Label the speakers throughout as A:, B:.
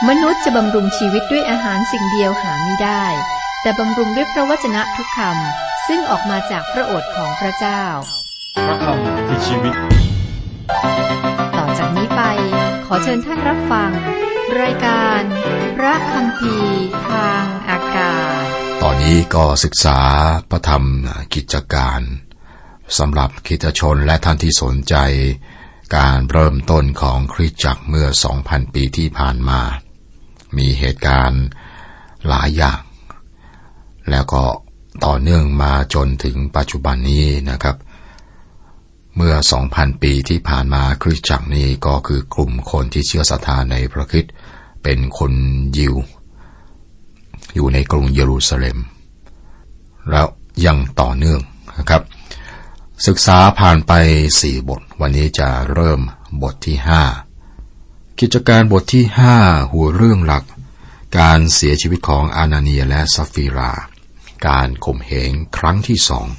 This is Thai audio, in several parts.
A: มนุษย์จะบำรุงชีวิตด้วยอาหารสิ่งเดียวหาไม่ได้แต่บำรุงด้วยพระวจนะทุกคำซึ่งออกมาจากพระโอษฐ์ของพระเจ้า
B: พระคำคือชีวิต
A: ต่อจากนี้ไปขอเชิญท่านรับฟังรายการพระคัมภีร์ทางอากาศ
C: ตอนนี้ก็ศึกษาพระธรรมกิจการสำหรับคริสตชนและท่านที่สนใจการเริ่มต้นของคริสตจักรเมื่อ 2,000 ปีที่ผ่านมามีเหตุการณ์หลายอย่างแล้วก็ต่อเนื่องมาจนถึงปัจจุบันนี้นะครับเมื่อ 2,000 ปีที่ผ่านมาคริสตจักรนี้ก็คือกลุ่มคนที่เชื่อศรัทธาในพระคริสต์เป็นคนยิวอยู่ในกรุงเยรูซาเล็มแล้วยังต่อเนื่องนะครับศึกษาผ่านไป4บทวันนี้จะเริ่มบทที่5กิจการบทที่5หัวเรื่องหลักการเสียชีวิตของอานาเนียและซัฟฟีราการข่มเหงครั้งที่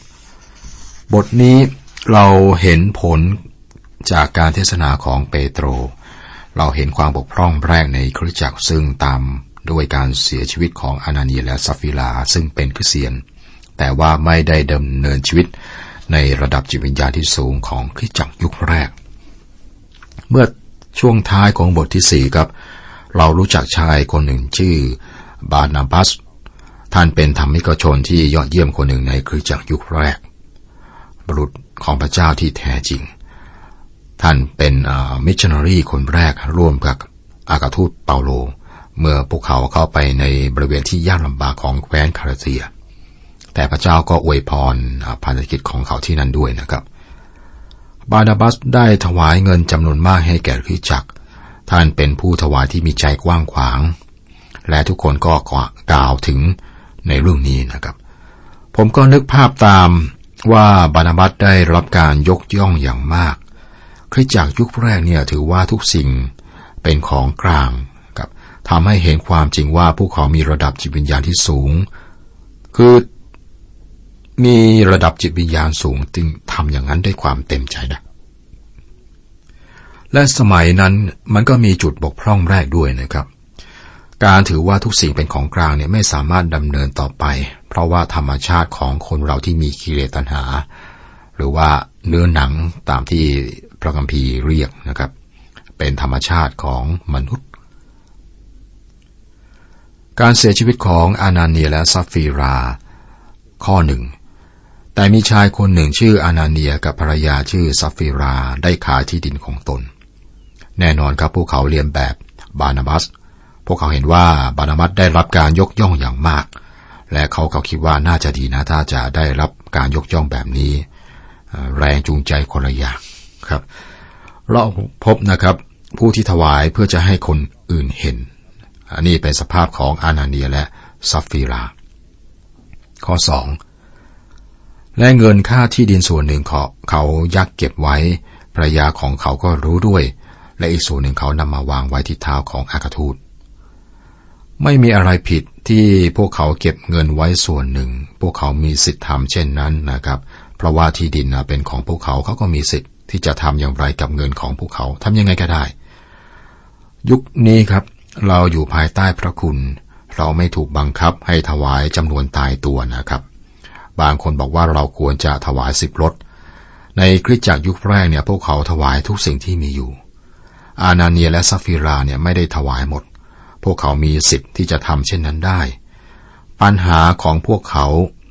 C: 2บทนี้เราเห็นผลจากการเทศนาของเปโตรเราเห็นความบกพร่องแรกในคริสตจักรซึ่งตามด้วยการเสียชีวิตของอานาเนียและซัฟฟีราซึ่งเป็นคริสเตียนแต่ว่าไม่ได้ดำเนินชีวิตในระดับจิตวิญญาณที่สูงของคริสตจักรยุคแรกเมื่อช่วงท้ายของบทที่4ครับเรารู้จักชายคนหนึ่งชื่อบานาบัสท่านเป็นธรรมิกชนที่ยอดเยี่ยมคนหนึ่งในคริสตจักรยุคแรกบุรุษของพระเจ้าที่แท้จริงท่านเป็นมิชชันนารีคนแรกร่วมกับอากาทูตเปาโลเมื่อพวกเขาเข้าไปในบริเวณที่ยากลำบากของแคว้นคาราเทียแต่พระเจ้าก็อวยพรภารกิจของเขาที่นั่นด้วยนะครับบานาบัสได้ถวายเงินจำนวนมากให้แก่คริสตจักรท่านเป็นผู้ถวายที่มีใจกว้างขวางและทุกคนก็กล่าวถึงในเรื่องนี้นะครับผมก็นึกภาพตามว่าบานาบัสได้รับการยกย่องอย่างมากคริสตจักรยุคแรกเนี่ยถือว่าทุกสิ่งเป็นของกลางครับทำให้เห็นความจริงว่าพวกเขามีระดับจิตวิญญาณที่สูงคือมีระดับจิตวิญญาณสูงจึงทำอย่างนั้นด้วยความเต็มใจนะและสมัยนั้นมันก็มีจุดบกพร่องแรกด้วยนะครับการถือว่าทุกสิ่งเป็นของกลางเนี่ยไม่สามารถดำเนินต่อไปเพราะว่าธรรมชาติของคนเราที่มีกิเลสตัณหาหรือว่าเนื้อหนังตามที่พระคัมภีร์เรียกนะครับเป็นธรรมชาติของมนุษย์การเสียชีวิตของอานาเนียและซัฟฟีราข้อ1แต่มีชายคนหนึ่งชื่ออานาเนียกับภรรยาชื่อซัฟฟีราได้ขายที่ดินของตนแน่นอนครับพวกเขาเรียนแบบบานาบัสพวกเขาเห็นว่าบานาบัสได้รับการยกย่องอย่างมากและเขาคิดว่าน่าจะดีนะถ้าจะได้รับการยกย่องแบบนี้แรงจูงใจคนละอย่างครับเราพบนะครับผู้ที่ถวายเพื่อจะให้คนอื่นเห็นอันนี้เป็นสภาพของอานาเนียและซัฟฟีราข้อ2และเงินค่าที่ดินส่วนหนึ่งเขายักเก็บไว้ภรรยาของเขาก็รู้ด้วยและอีกส่วนหนึ่งเขานำมาวางไว้ที่เท้าของอากาทูตไม่มีอะไรผิดที่พวกเขาเก็บเงินไว้ส่วนหนึ่งพวกเขามีสิทธิ์ทำเช่นนั้นนะครับเพราะว่าที่ดินเป็นของพวกเขาก็มีสิทธิ์ที่จะทำอย่างไรกับเงินของพวกเขาทำยังไงก็ได้ยุคนี้ครับเราอยู่ภายใต้พระคุณเราไม่ถูกบังคับให้ถวายจำนวนตายตัวนะครับบางคนบอกว่าเราควรจะถวาย10 รถในคริสตจักรยุคแรกเนี่ยพวกเขาถวายทุกสิ่งที่มีอยู่อานาเนียและซัฟฟีราเนี่ยไม่ได้ถวายหมดพวกเขามีสิทธิ์ที่จะทำเช่นนั้นได้ปัญหาของพวกเขา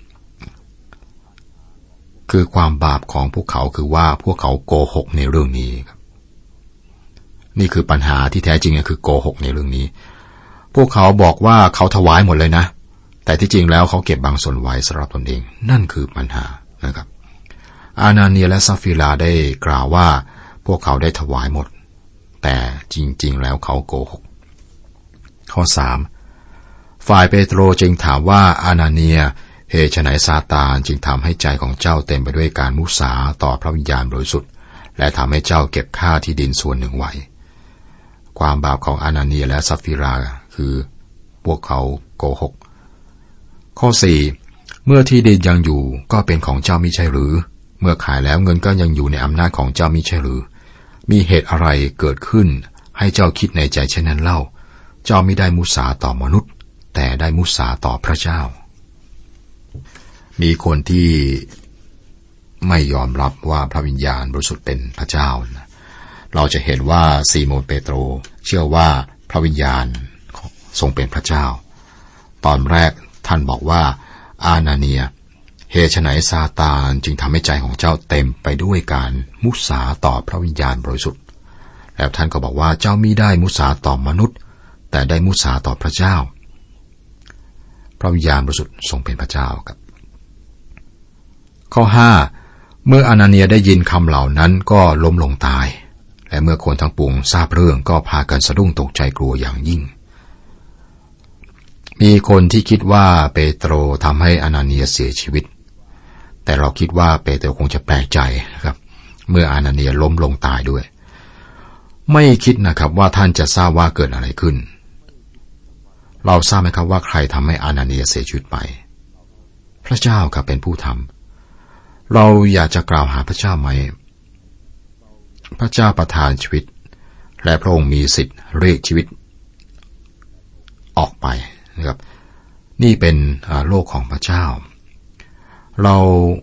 C: คือความบาปของพวกเขาคือว่าพวกเขาโกหกในเรื่องนี้ครับนี่คือปัญหาที่แท้จริงคือโกหกในเรื่องนี้พวกเขาบอกว่าเขาถวายหมดเลยนะแต่ที่จริงแล้วเขาเก็บบางส่วนไว้สำหรับตนเองนั่นคือปัญหานะครับอานาเนียและซัฟฟีราได้กล่าวว่าพวกเขาได้ถวายหมดแต่จริงๆแล้วเขาโกหกข้อ3ฝ่ายเปโตรจึงถามว่าอานาเนียเหตุไฉนซาตานจึงทำให้ใจของเจ้าเต็มไปด้วยการมุสาต่อพระวิญญาณบริสุทธิ์และทำให้เจ้าเก็บค่าที่ดินส่วนหนึ่งไว้ความบาปของอานาเนียและซัฟฟีราคือพวกเขาโกหกข้อ4เมื่อที่ดินยังอยู่ก็เป็นของเจ้ามิใช่หรือเมื่อขายแล้วเงินก็ยังอยู่ในอำนาจของเจ้ามิใช่หรือมีเหตุอะไรเกิดขึ้นให้เจ้าคิดในใจเช่นนั้นเล่าเจ้าไม่ได้มุสาต่อมนุษย์แต่ได้มุสาต่อพระเจ้ามีคนที่ไม่ยอมรับว่าพระวิญญาณบริสุทธิ์เป็นพระเจ้าเราจะเห็นว่าซีโมนเปโตรเชื่อว่าพระวิญญาณทรงเป็นพระเจ้าตอนแรกท่านบอกว่าอานาเนียเหตุไฉนซาตานจึงทำให้ใจของเจ้าเต็มไปด้วยการมุสาต่อพระวิญญาณบริสุทธิ์แล้วท่านก็บอกว่าเจ้ามิได้มุสาต่อมนุษย์แต่ได้มุสาต่อพระเจ้าพระวิญญาณบริสุทธิ์ทรงเป็นพระเจ้าครับข้อ 5 เมื่ออานาเนียได้ยินคำเหล่านั้นก็ล้มลงตายและเมื่อคนทั้งปวงทราบเรื่องก็พากันสะดุ้งตกใจกลัวอย่างยิ่งมีคนที่คิดว่าเปโตรทำให้อานาเนียเสียชีวิตแต่เราคิดว่าเปโตรคงจะแปลกใจครับเมื่ออานาเนียล้มลงตายด้วยไม่คิดนะครับว่าท่านจะทราบว่าเกิดอะไรขึ้นเราทราบไหมครับว่าใครทำให้อานาเนียเสียชีวิตไปพระเจ้าครับเป็นผู้ทำเราอยากจะกล่าวหาพระเจ้าไหมพระเจ้าประทานชีวิตและพระองค์มีสิทธิ์เรียกชีวิตออกไปนะครับนี่เป็นโลกของพระเจ้าเรา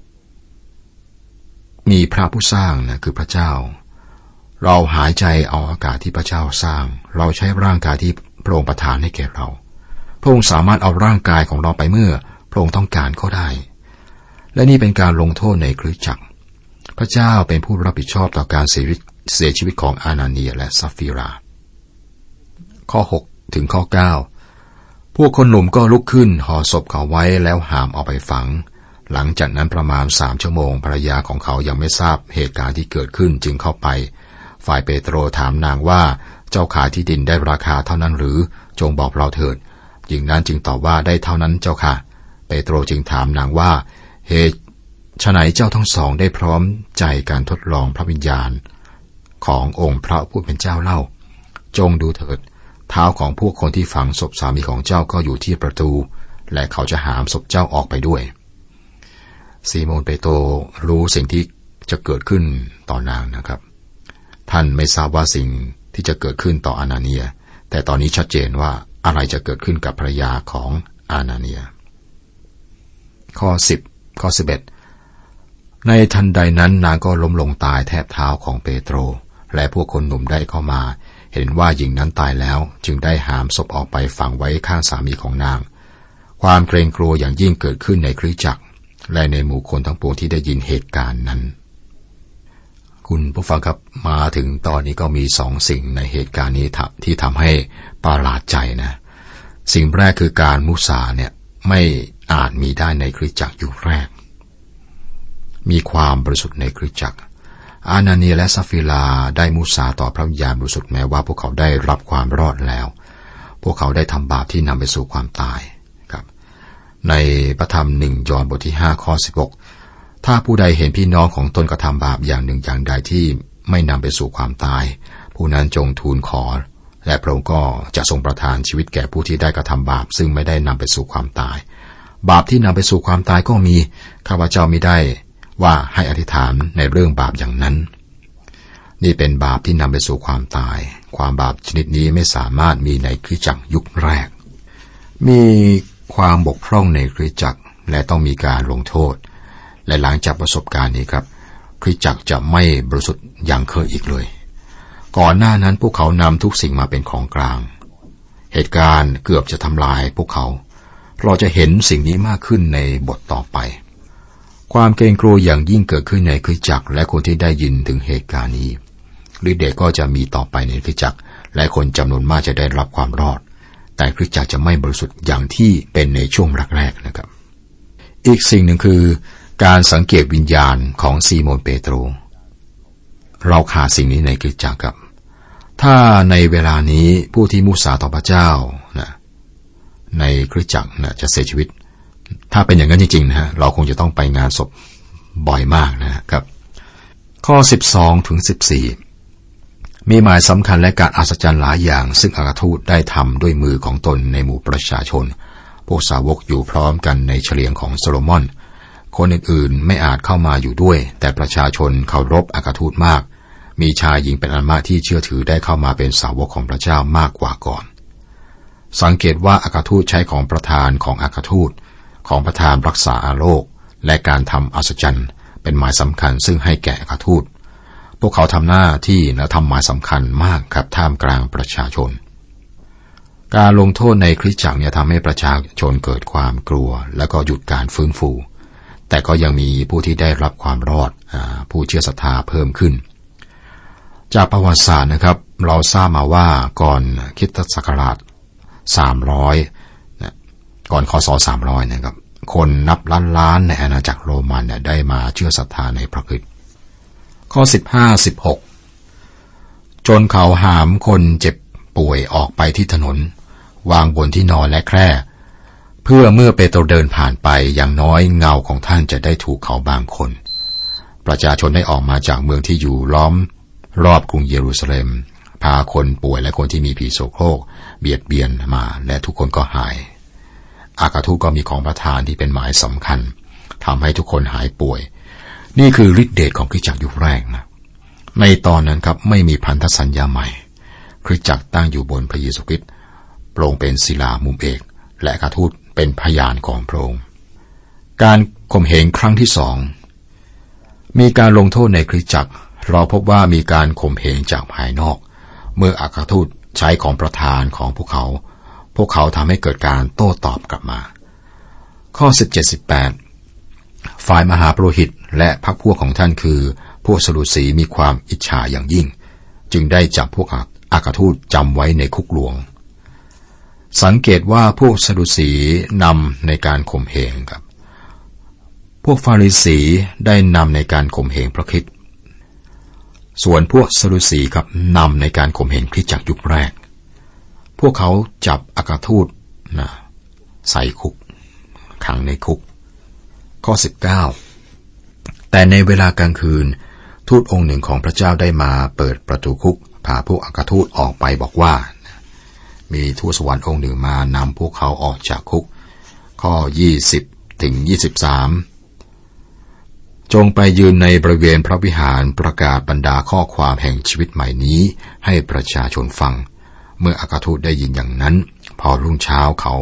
C: มีพระผู้สร้างนะคือพระเจ้าเราหายใจเอาอากาศที่พระเจ้าสร้างเราใช้ร่างกายที่พระองค์ประทานให้แก่เราพระองค์สามารถเอาร่างกายของเราไปเมื่อพระองค์ต้องการก็ได้และนี่เป็นการลงโทษในคริสตจักรพระเจ้าเป็นผู้รับผิดชอบต่อการเสียชีวิตของอานาเนียและซัฟฟิราข้อ 6 ถึงข้อ 9พวกคนหนุ่มก็ลุกขึ้นห่อศพเขาไว้แล้วหามเอาไปฝังหลังจากนั้นประมาณ3 ชั่วโมงภรรยาของเขายังไม่ทราบเหตุการณ์ที่เกิดขึ้นจึงเข้าไปฝ่ายเปโตรถามนางว่าเจ้าขายที่ดินได้ราคาเท่านั้นหรือจงบอกเราเถิดหญิงนั้นจึงตอบว่าได้เท่านั้นเจ้าค่ะเปโตรจึงถามนางว่าเหตุไฉนเจ้าทั้งสองได้พร้อมใจการทดลองพระวิญญาณขององค์พระผู้เป็นเจ้าเล่าจงดูเถิดเท้าของพวกคนที่ฝังศพสามีของเจ้าก็อยู่ที่ประตูและเขาจะหามศพเจ้าออกไปด้วยซีโมนเปโตรรู้สิ่งที่จะเกิดขึ้นต่อนางนะครับท่านไม่ทราบว่าสิ่งที่จะเกิดขึ้นต่ออานาเนียแต่ตอนนี้ชัดเจนว่าอะไรจะเกิดขึ้นกับภรรยาของอานาเนียข้อ 10 ข้อ 11ในทันใดนั้นนางก็ล้มลงตายแทบเท้าของเปโตรและพวกคนหนุ่มได้เข้ามาเห็นว่าหญิงนั้นตายแล้วจึงได้หามศพออกไปฝังไว้ข้างสามีของนางความเกรงกลัวอย่างยิ่งเกิดขึ้นในคริสตจักรและในหมู่คนทั้งปวงที่ได้ยินเหตุการณ์นั้นคุณผู้ฟังครับมาถึงตอนนี้ก็มี2 สิ่งในเหตุการณ์นี้ที่ทำให้ประหลาดใจนะสิ่งแรกคือการมุสาเนี่ยไม่อาจมีได้ในคริสตจักรยุคแรกมีความบริสุทธิ์ในคริสตจักรอานาเนียและซัฟฟิราได้มุสาต่อพระวิญญาณบริสุทธิ์แม้ว่าพวกเขาได้รับความรอดแล้วพวกเขาได้ทำบาปที่นำไปสู่ความตายครับในพระธรรม1 ยอห์นบทที่ 5 ข้อ 16ถ้าผู้ใดเห็นพี่น้องของตนกระทำบาปอย่างหนึ่งอย่างใดที่ไม่นำไปสู่ความตายผู้นั้นจงทูลขอและพระองค์ก็จะทรงประทานชีวิตแก่ผู้ที่ได้กระทำบาปซึ่งไม่ได้นำไปสู่ความตายบาปที่นำไปสู่ความตายก็มีข้าพเจ้ามิได้ว่าให้อธิษฐานในเรื่องบาปอย่างนั้นนี่เป็นบาปที่นำไปสู่ความตายความบาปชนิดนี้ไม่สามารถมีในคริสตจักรยุคแรกมีความบกพร่องในคริสตจักรและต้องมีการลงโทษและหลังจากประสบการณ์นี้ครับคริสตจักรจะไม่บริสุทธิ์อย่างเคยอีกเลยก่อนหน้านั้นพวกเขานำทุกสิ่งมาเป็นของกลางเหตุการณ์เกือบจะทำลายพวกเขาเราจะเห็นสิ่งนี้มากขึ้นในบทต่อไปความเกรงกลัวอย่างยิ่งเกิดขึ้นในคริสตจักรและคนที่ได้ยินถึงเหตุการณ์นี้ฤทธิ์เดชก็จะมีต่อไปในคริสตจักรและคนจำนวนมากจะได้รับความรอดแต่คริสตจักรจะไม่บริสุทธิ์อย่างที่เป็นในช่วงแรกๆนะครับอีกสิ่งหนึ่งคือการสังเกตวิญญาณของซีโมนเปโตรเราขาดสิ่งนี้ในคริสตจักรครับถ้าในเวลานี้ผู้ที่มุสาต่อพระเจ้านะในคริสตจักรนะจะเสียชีวิตถ้าเป็นอย่างนั้นจริงๆนะฮะเราคงจะต้องไปงานศพบ่อยมากนะครับข้อ 12 ถึง 14มีหมายสำคัญและการอัศจรรย์หลายอย่างซึ่งอัครทูตได้ทำด้วยมือของตนในหมู่ประชาชนพวกสาวกอยู่พร้อมกันในเฉลียงของโซโลมอนคนอื่นๆไม่อาจเข้ามาอยู่ด้วยแต่ประชาชนเคารพอัครทูตมากมีชายหญิงเป็นอันมากที่เชื่อถือได้เข้ามาเป็นสาวกของพระเจ้ามากกว่าก่อนสังเกตว่าอัครทูตใช้ของประธานของอัครทูตของประธานรักษาโลกและการทำอัศจรรย์เป็นหมายสำคัญซึ่งให้แก่อัครทูตพวกเขาทำหน้าที่และทำหมายสำคัญมากครับท่ามกลางประชาชนการลงโทษในคริสตจักรทำให้ประชาชนเกิดความกลัวและก็หยุดการฟื้นฟูแต่ก็ยังมีผู้ที่ได้รับความรอดผู้เชื่อศรัทธาเพิ่มขึ้นจากประวัติศาสตร์นะครับเราทราบมาว่าก่อนคริสตศักราช300ก่อนคศ300นะครับคนนับล้านๆในอาณาจักรโรมันได้มาเชื่อศรัทธาในพระคริสต์ข้อ15-16จนเขาหามคนเจ็บป่วยออกไปที่ถนนวางบนที่นอนและแคร่เพื่อเมื่อเปโตรเดินผ่านไปอย่างน้อยเงาของท่านจะได้ถูกเขาบางคนประชาชนได้ออกมาจากเมืองที่อยู่ล้อมรอบกรุงเยรูซาเล็มพาคนป่วยและคนที่มีผีโสโครกเบียดเบียนมาและทุกคนก็หายอัครทูตก็มีของประทานที่เป็นหมายสำคัญทำให้ทุกคนหายป่วยนี่คือฤทธิเดชของคริสตจักรยุคแรกนะในตอนนั้นครับไม่มีพันธสัญญาใหม่คริสตจักรตั้งอยู่บนพระเยซูคริสต์พระองค์เป็นศิลามุมเอกและอัครทูตเป็นพยานของพระองค์การข่มเหงครั้งที่สองมีการลงโทษในคริสตจักรเราพบว่ามีการข่มเหงจากภายนอกเมื่ออัครทูตใช้ของประทานของพวกเขาทำให้เกิดการโต้ตอบกลับมาข้อ17-18ฝ่ายมหาปุโรหิตและพรรคพวกของท่านคือพวกสดุสีมีความอิจฉาอย่างยิ่งจึงได้จับพวกอัครทูตจำไว้ในคุกหลวงสังเกตว่าพวกสดุสีนำในการข่มเหงครับพวกฟาริสีได้นำในการข่มเหงพระคริสต์ส่วนพวกสดุสีครับนำในการข่มเหงคริสตจักรยุคแรกพวกเขาจับอัครทูตใส่คุกขังในคุกข้อ19แต่ในเวลากลางคืนทูตองค์หนึ่งของพระเจ้าได้มาเปิดประตูคุกพาพวกอัครทูตออกไปบอกว่ามีทูตสวรรค์องค์หนึ่งมานำพวกเขาออกจากคุกข้อ20-23จงไปยืนในบริเวณพระวิหารประกาศบรรดาข้อความแห่งชีวิตใหม่นี้ให้ประชาชนฟังเมื่ออัครทูตได้ยินอย่างนั้นพอรุ่งเช้า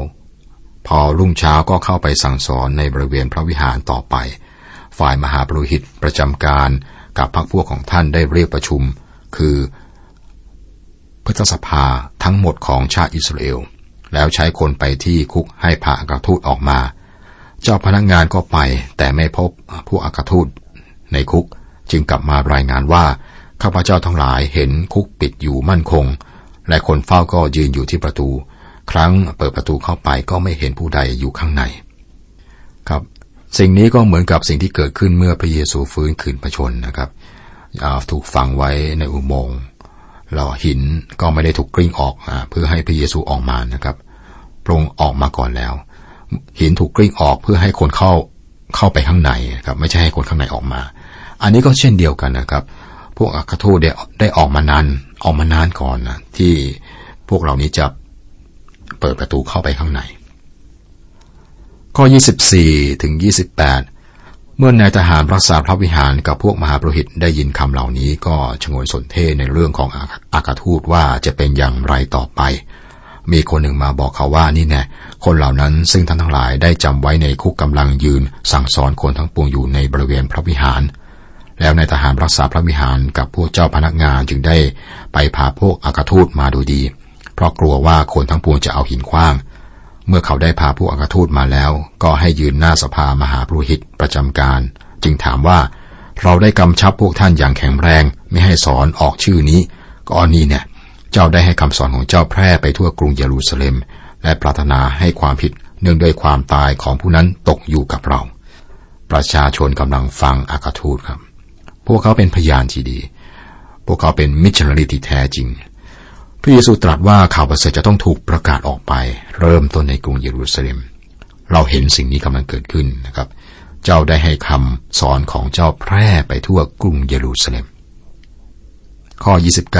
C: ก็เข้าไปสั่งสอนในบริเวณพระวิหารต่อไปฝ่ายมหาปุโรหิตประจำการกับพรรคพวกของท่านได้เรียกประชุมคือพุทธสภาทั้งหมดของชาติอิสราเอลแล้วใช้คนไปที่คุกให้พาอัครทูตออกมาเจ้าพนักงานก็ไปแต่ไม่พบผู้อัครทูตในคุกจึงกลับมารายงานว่าข้าพเจ้าทั้งหลายเห็นคุกปิดอยู่มั่นคงและคนเฝ้าก็ยืนอยู่ที่ประตูครั้งเปิดประตูเข้าไปก็ไม่เห็นผู้ใดอยู่ข้างในครับสิ่งนี้ก็เหมือนกับสิ่งที่เกิดขึ้นเมื่อพระเยซูฟื้นคืนพระชนนะครับถูกฝังไว้ในอุโมงค์แล้วหินก็ไม่ได้ถูกกลิ้งออกเพื่อให้พระเยซูออกมานะครับพระองค์ออกมาก่อนแล้วหินถูกกลิ้งออกเพื่อให้คนเข้าไปข้างในครับไม่ใช่ให้คนข้างในออกมาอันนี้ก็เช่นเดียวกันนะครับพวกอัครทูตได้ออกมานานก่อนนะที่พวกเหล่านี้จะเปิดประตูเข้าไปข้างในข้อ24-28เมื่อนายทหารรักษาพระวิหารกับพวกมหาปุโรหิตได้ยินคำเหล่านี้ก็ชงนสนเทศในเรื่องของอัครทูตว่าจะเป็นอย่างไรต่อไปมีคนหนึ่งมาบอกเขาว่านี่แน่คนเหล่านั้นซึ่งท่านทั้งหลายได้จำไว้ในคุกกำลังยืนสั่งสอนคนทั้งปวงอยู่ในบริเวณพระวิหารแล้วนายทหารรักษาพระวิหารกับพวกเจ้าพนักงานจึงได้ไปพาพวกอัครทูตมาดูดีเพราะกลัวว่าคนทั้งปวงจะเอาหินขว้างเมื่อเขาได้พาพวกอัครทูตมาแล้วก็ให้ยืนหน้าสภามหาปุโรหิตประจำการจึงถามว่าเราได้กำชับพวกท่านอย่างแข็งแรงไม่ให้สอนออกชื่อนี้ก็นี่เนี่ยเจ้าได้ให้คำสอนของเจ้าแพร่ไปทั่วกรุงเยรูซาเล็มและปรารถนาให้ความผิดเนื่องด้วยความตายของผู้นั้นตกอยู่กับเราประชาชนกำลังฟังอัครทูตครับพวกเขาเป็นพยานที่ดีพวกเขาเป็นมิชชันนารีที่แท้จริงพระเยซูตรัสว่าข่าวประเสริฐจะต้องถูกประกาศออกไปเริ่มต้นในกรุงเยรูซาเล็มเราเห็นสิ่งนี้กำลังเกิดขึ้นนะครับเจ้าได้ให้คำสอนของเจ้าแพร่ไปทั่วกรุงเยรูซาเล็มข้อ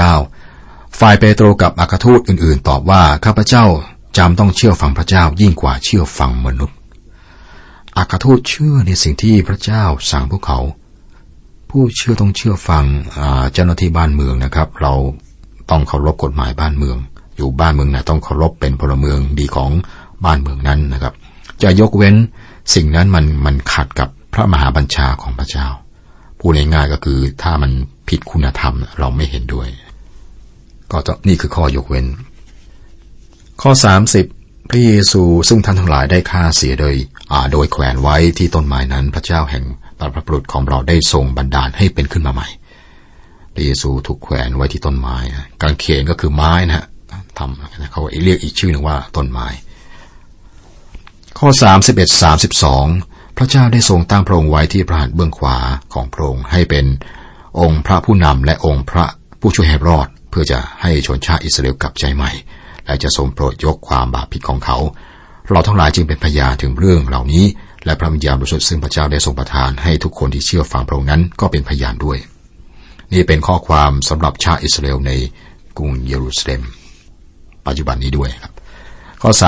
C: 29ฝ่ายเปโตรกับอัครทูตอื่นๆตอบว่าข้าพเจ้าจำต้องเชื่อฟังพระเจ้ายิ่งกว่าเชื่อฟังมนุษย์อัครทูตเชื่อในสิ่งที่พระเจ้าสั่งพวกเขาผู้เชื่อต้องเชื่อฟังเจ้าหน้าที่บ้านเมืองนะครับเราต้องเคารพกฎหมายบ้านเมืองอยู่บ้านเมืองไหนต้องเคารพเป็นพลเมืองดีของบ้านเมืองนั้นนะครับจะยกเว้นสิ่งนั้นมันขัดกับพระมหาบัญชาของพระเจ้าพูดง่ายๆก็คือถ้ามันผิดคุณธรรมเราไม่เห็นด้วยก็นี่คือข้อยกเว้นข้อ30พระเยซูซึ่งท่านทั้งหลายได้ฆ่าเสียโดยแขวนไว้ที่ต้นไม้นั้นพระเจ้าแห่งบรรพบุรุษของเราได้ทรงบันดาลให้เป็นขึ้นมาใหม่พระเยซูถูกแขวนไว้ที่ต้นไม้กางเขนก็คือไม้นะฮะเขาเรียกอีกชื่อหนึ่งว่าต้นไม้ข้อ31-32พระเจ้าได้ทรงตั้งพระองค์ไว้ที่พระหัตถ์เบื้องขวาของพระองค์ให้เป็นองค์พระผู้นำและองค์พระผู้ช่วยให้รอดเพื่อจะให้ชนชาติอิสราเอลกลับใจใหม่และจะทรงโปรดยกความบาปผิดของเขาเราทั้งหลายจึงเป็นพยานถึงเรื่องเหล่านี้และพระวิญญาณบริสุทธิ์ซึ่งพระเจ้าได้ทรงประทานให้ทุกคนที่เชื่อฟังพระองค์นั้นก็เป็นพยานด้วยนี่เป็นข้อความสำหรับชาติอิสราเอลในกรุงเยรูซาเล็มปัจจุบันนี้ด้วยครับข้อ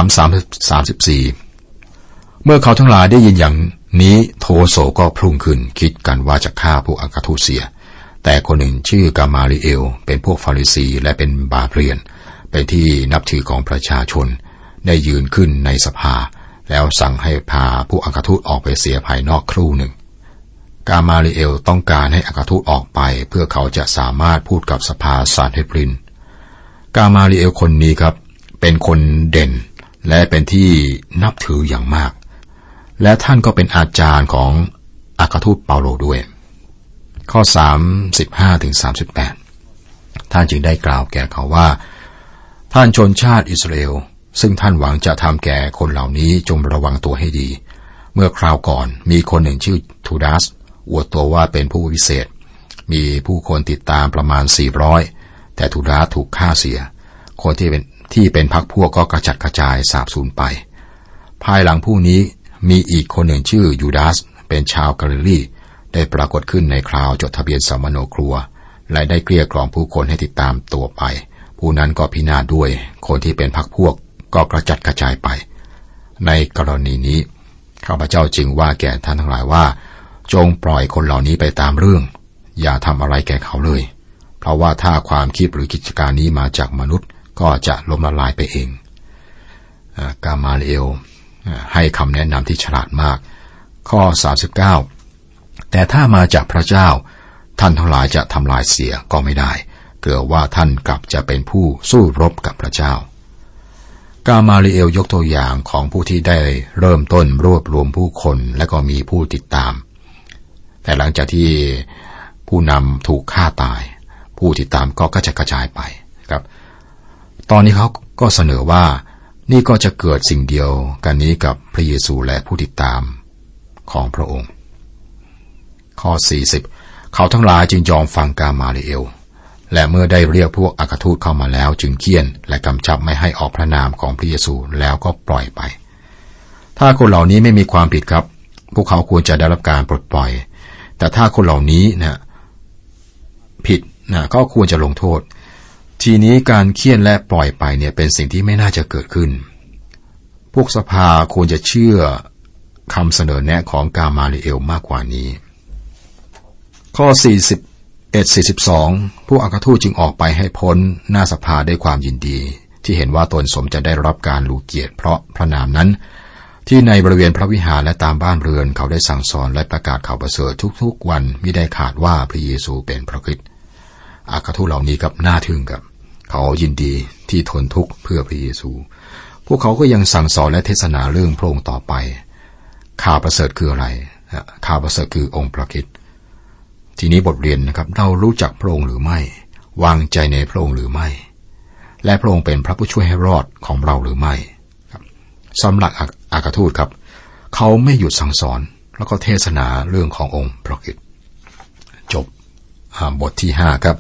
C: 33-34เมื่อเขาทั้งหลายได้ยินอย่างนี้โทโสก็พุ่งขึ้นคิดกันว่าจะฆ่าพวกอัครทูตเสียแต่คนหนึ่งชื่อกามาลีเอลเป็นพวกฟาริสีและเป็นบาปเรียนเป็นที่นับถือของประชาชนได้ยืนขึ้นในสภาแล้วสั่งให้พาผู้อัครทูตออกไปเสียภายนอกครู่หนึ่งกามาลีเอลต้องการให้อัครทูตออกไปเพื่อเขาจะสามารถพูดกับสภาซานเฮดรินกามาลีเอลคนนี้ครับเป็นคนเด่นและเป็นที่นับถืออย่างมากและท่านก็เป็นอาจารย์ของอัครทูตเปาโลด้วยข้อ35-38ท่านจึงได้กล่าวแก่เขาว่าท่านชนชาติอิสราเอลซึ่งท่านหวังจะทำแก่คนเหล่านี้จงระวังตัวให้ดีเมื่อคราวก่อนมีคนหนึ่งชื่อทูดัสอวดตัวว่าเป็นผู้วิเศษมีผู้คนติดตามประมาณ400แต่ทูดัสถูกฆ่าเสียคนที่เป็นพรรคพวกก็กระจัดกระจายสาบสูญไปภายหลังผู้นี้มีอีกคนหนึ่งชื่อยูดาสเป็นชาวกาลิลีได้ปรากฏขึ้นในคราวจดทะเบียนสมโนครัวและได้เกลี้ยกล่อมผู้คนให้ติดตามตัวไปผู้นั้นก็พินาศด้วยคนที่เป็นพรรคพวกก็กระจัดกระจายไปในกรณีนี้ข้าพเจ้าจึงว่าแก่ท่านทั้งหลายว่าจงปล่อยคนเหล่านี้ไปตามเรื่องอย่าทำอะไรแก่เขาเลยเพราะว่าถ้าความคิดหรือกิจการนี้มาจากมนุษย์ก็จะล้มละลายไปเองกามาลีเอลให้คำแนะนำที่ฉลาดมากข้อ39แต่ถ้ามาจากพระเจ้าท่านทั้งหลายจะทำลายเสียก็ไม่ได้เกลือว่าท่านกลับจะเป็นผู้สู้รบกับพระเจ้ากามาลีเอลยกตัวอย่างของผู้ที่ได้เริ่มต้นรวบรวมผู้คนและก็มีผู้ติดตามแต่หลังจากที่ผู้นำถูกฆ่าตายผู้ติดตามก็กระจายไปครับตอนนี้เขาก็เสนอว่านี่ก็จะเกิดสิ่งเดียวกันนี้กับพระเยซูและผู้ติดตามของพระองค์ข้อ40เขาทั้งหลายจึงยอมฟังกามาลีเอลและเมื่อได้เรียกพวกอัครทูตเข้ามาแล้วจึงเฆี่ยนและกำชับไม่ให้ออกพระนามของพระเยซูแล้วก็ปล่อยไปถ้าคนเหล่านี้ไม่มีความผิดครับพวกเขาควรจะได้รับการปลดปล่อยแต่ถ้าคนเหล่านี้ผิดก็ควรจะลงโทษทีนี้การเฆี่ยนและปล่อยไปเนี่ยเป็นสิ่งที่ไม่น่าจะเกิดขึ้นพวกสภาควรจะเชื่อคำเสนอแนะของกามาลีเอลมากกว่านี้ข้อ41-42พวกอัครทูตจึงออกไปให้พ้นหน้าสภาด้วยความยินดีที่เห็นว่าตนสมจะได้รับการหลู่เกียรติเพราะพระนามนั้นที่ในบริเวณพระวิหารและตามบ้านเรือนเขาได้สั่งสอนและประกาศข่าวประเสริฐทุกๆวันมิได้ขาดว่าพระเยซูเป็นพระคริสต์อัครทูตเหล่านี้กับน่าทึ่งกับเขายินดีที่ทนทุกข์เพื่อพระเยซูพวกเขาก็ยังสั่งสอนและเทศนาเรื่องพระองค์ต่อไปข่าวประเสริฐคืออะไรข่าวประเสริฐคือองค์พระคริสต์ทีนี้บทเรียนนะครับเรารู้จักพระองค์หรือไม่วางใจในพระองค์หรือไม่และพระองค์เป็นพระผู้ช่วยให้รอดของเราหรือไม่สำหรับอัครทูตครับเขาไม่หยุดสั่งสอนแล้วก็เทศนาเรื่องขององค์พระคริสต์จบบทที่5ครับ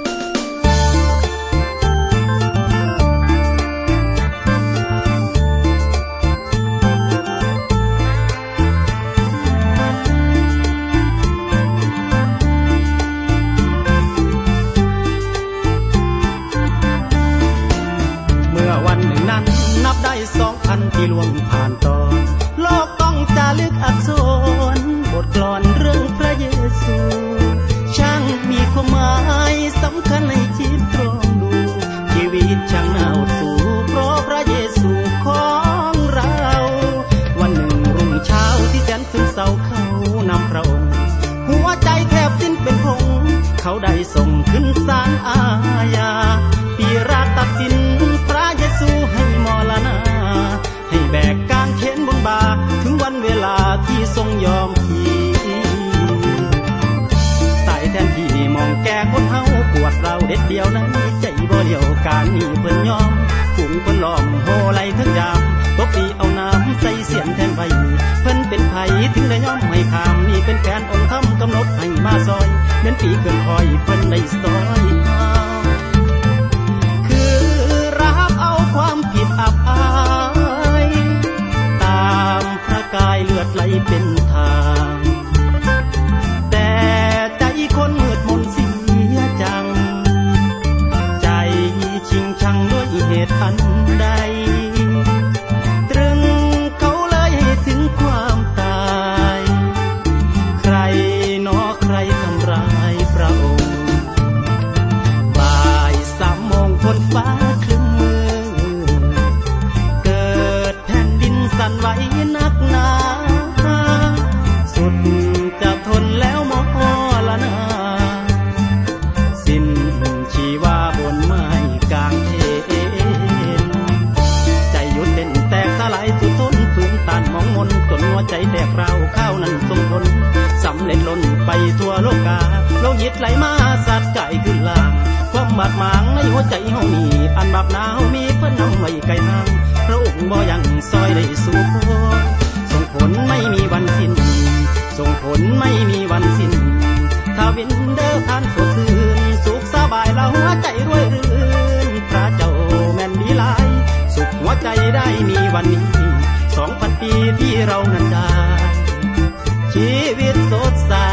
D: ที่ล่วงผ่านตอนโลกต้องจารึกอักษรบทกลอนเรื่องพระเยซูช่างมีความหมายสำคัญในชีวิตตรองดูชีวิตช่างน่าใจบ่เลี้ยวการนี้เพิ่นยอมฝูงเพิ่นล้อมโหไหลทั้งยามตบตีเอาน้ำใส่เสียนแทนไว้เพิ่นเป็นไผถึงได้ยอมให้ข้ามนี่เป็นแผนองค์ธรรมกำหนดให้มาซอยเหมือนปีเกินคอยเพิ่นได้ซอยคือรับเอาความผิดอับอายตามพระกายเลือดไหลเป็นทางแต่ใจคนมืดมนเสียจังใจชิงชังด้วยเหตุอันใดตรึงเขาเลยให้ถึงความตายใครหนอใครทำร้ายพระองค์บ่าย3 โมงฝนฟ้าคลึ้มมือเกิดแผ่นดินสั่นไหวนักหนาสุดจะทนแล้วหมอละนาสิ้นชีวาบนไม้กลางเทนใจหยุดเต้นแตกสลายสุดทนฝืนต้านมองมนจนหัวใจแตกร้าวข้าวนั้นทรงทนสำเร็จล้นไปทั่วโลกาโลหิตไหลมาสัดไก่ขึ้นลางความบาดหมางในหัวใจเฮานี่อันบาปหนาวมีเพิ่นนำไว้ไกลทางพระองค์บ่ยังซอยได้สู่คนส่งผลไม่มีวันสิ้นส่งผลไม่มีวันสิ้นถ้าวินเดอร์ผ่านสดชื่นสุขสบายแล้วหัวใจรวยรื่นพระเจ้าแม่นดีหลายสุขหัวใจได้มีวันนี้2,000 ปีที่เรานั้นได้ชีวิตสดใส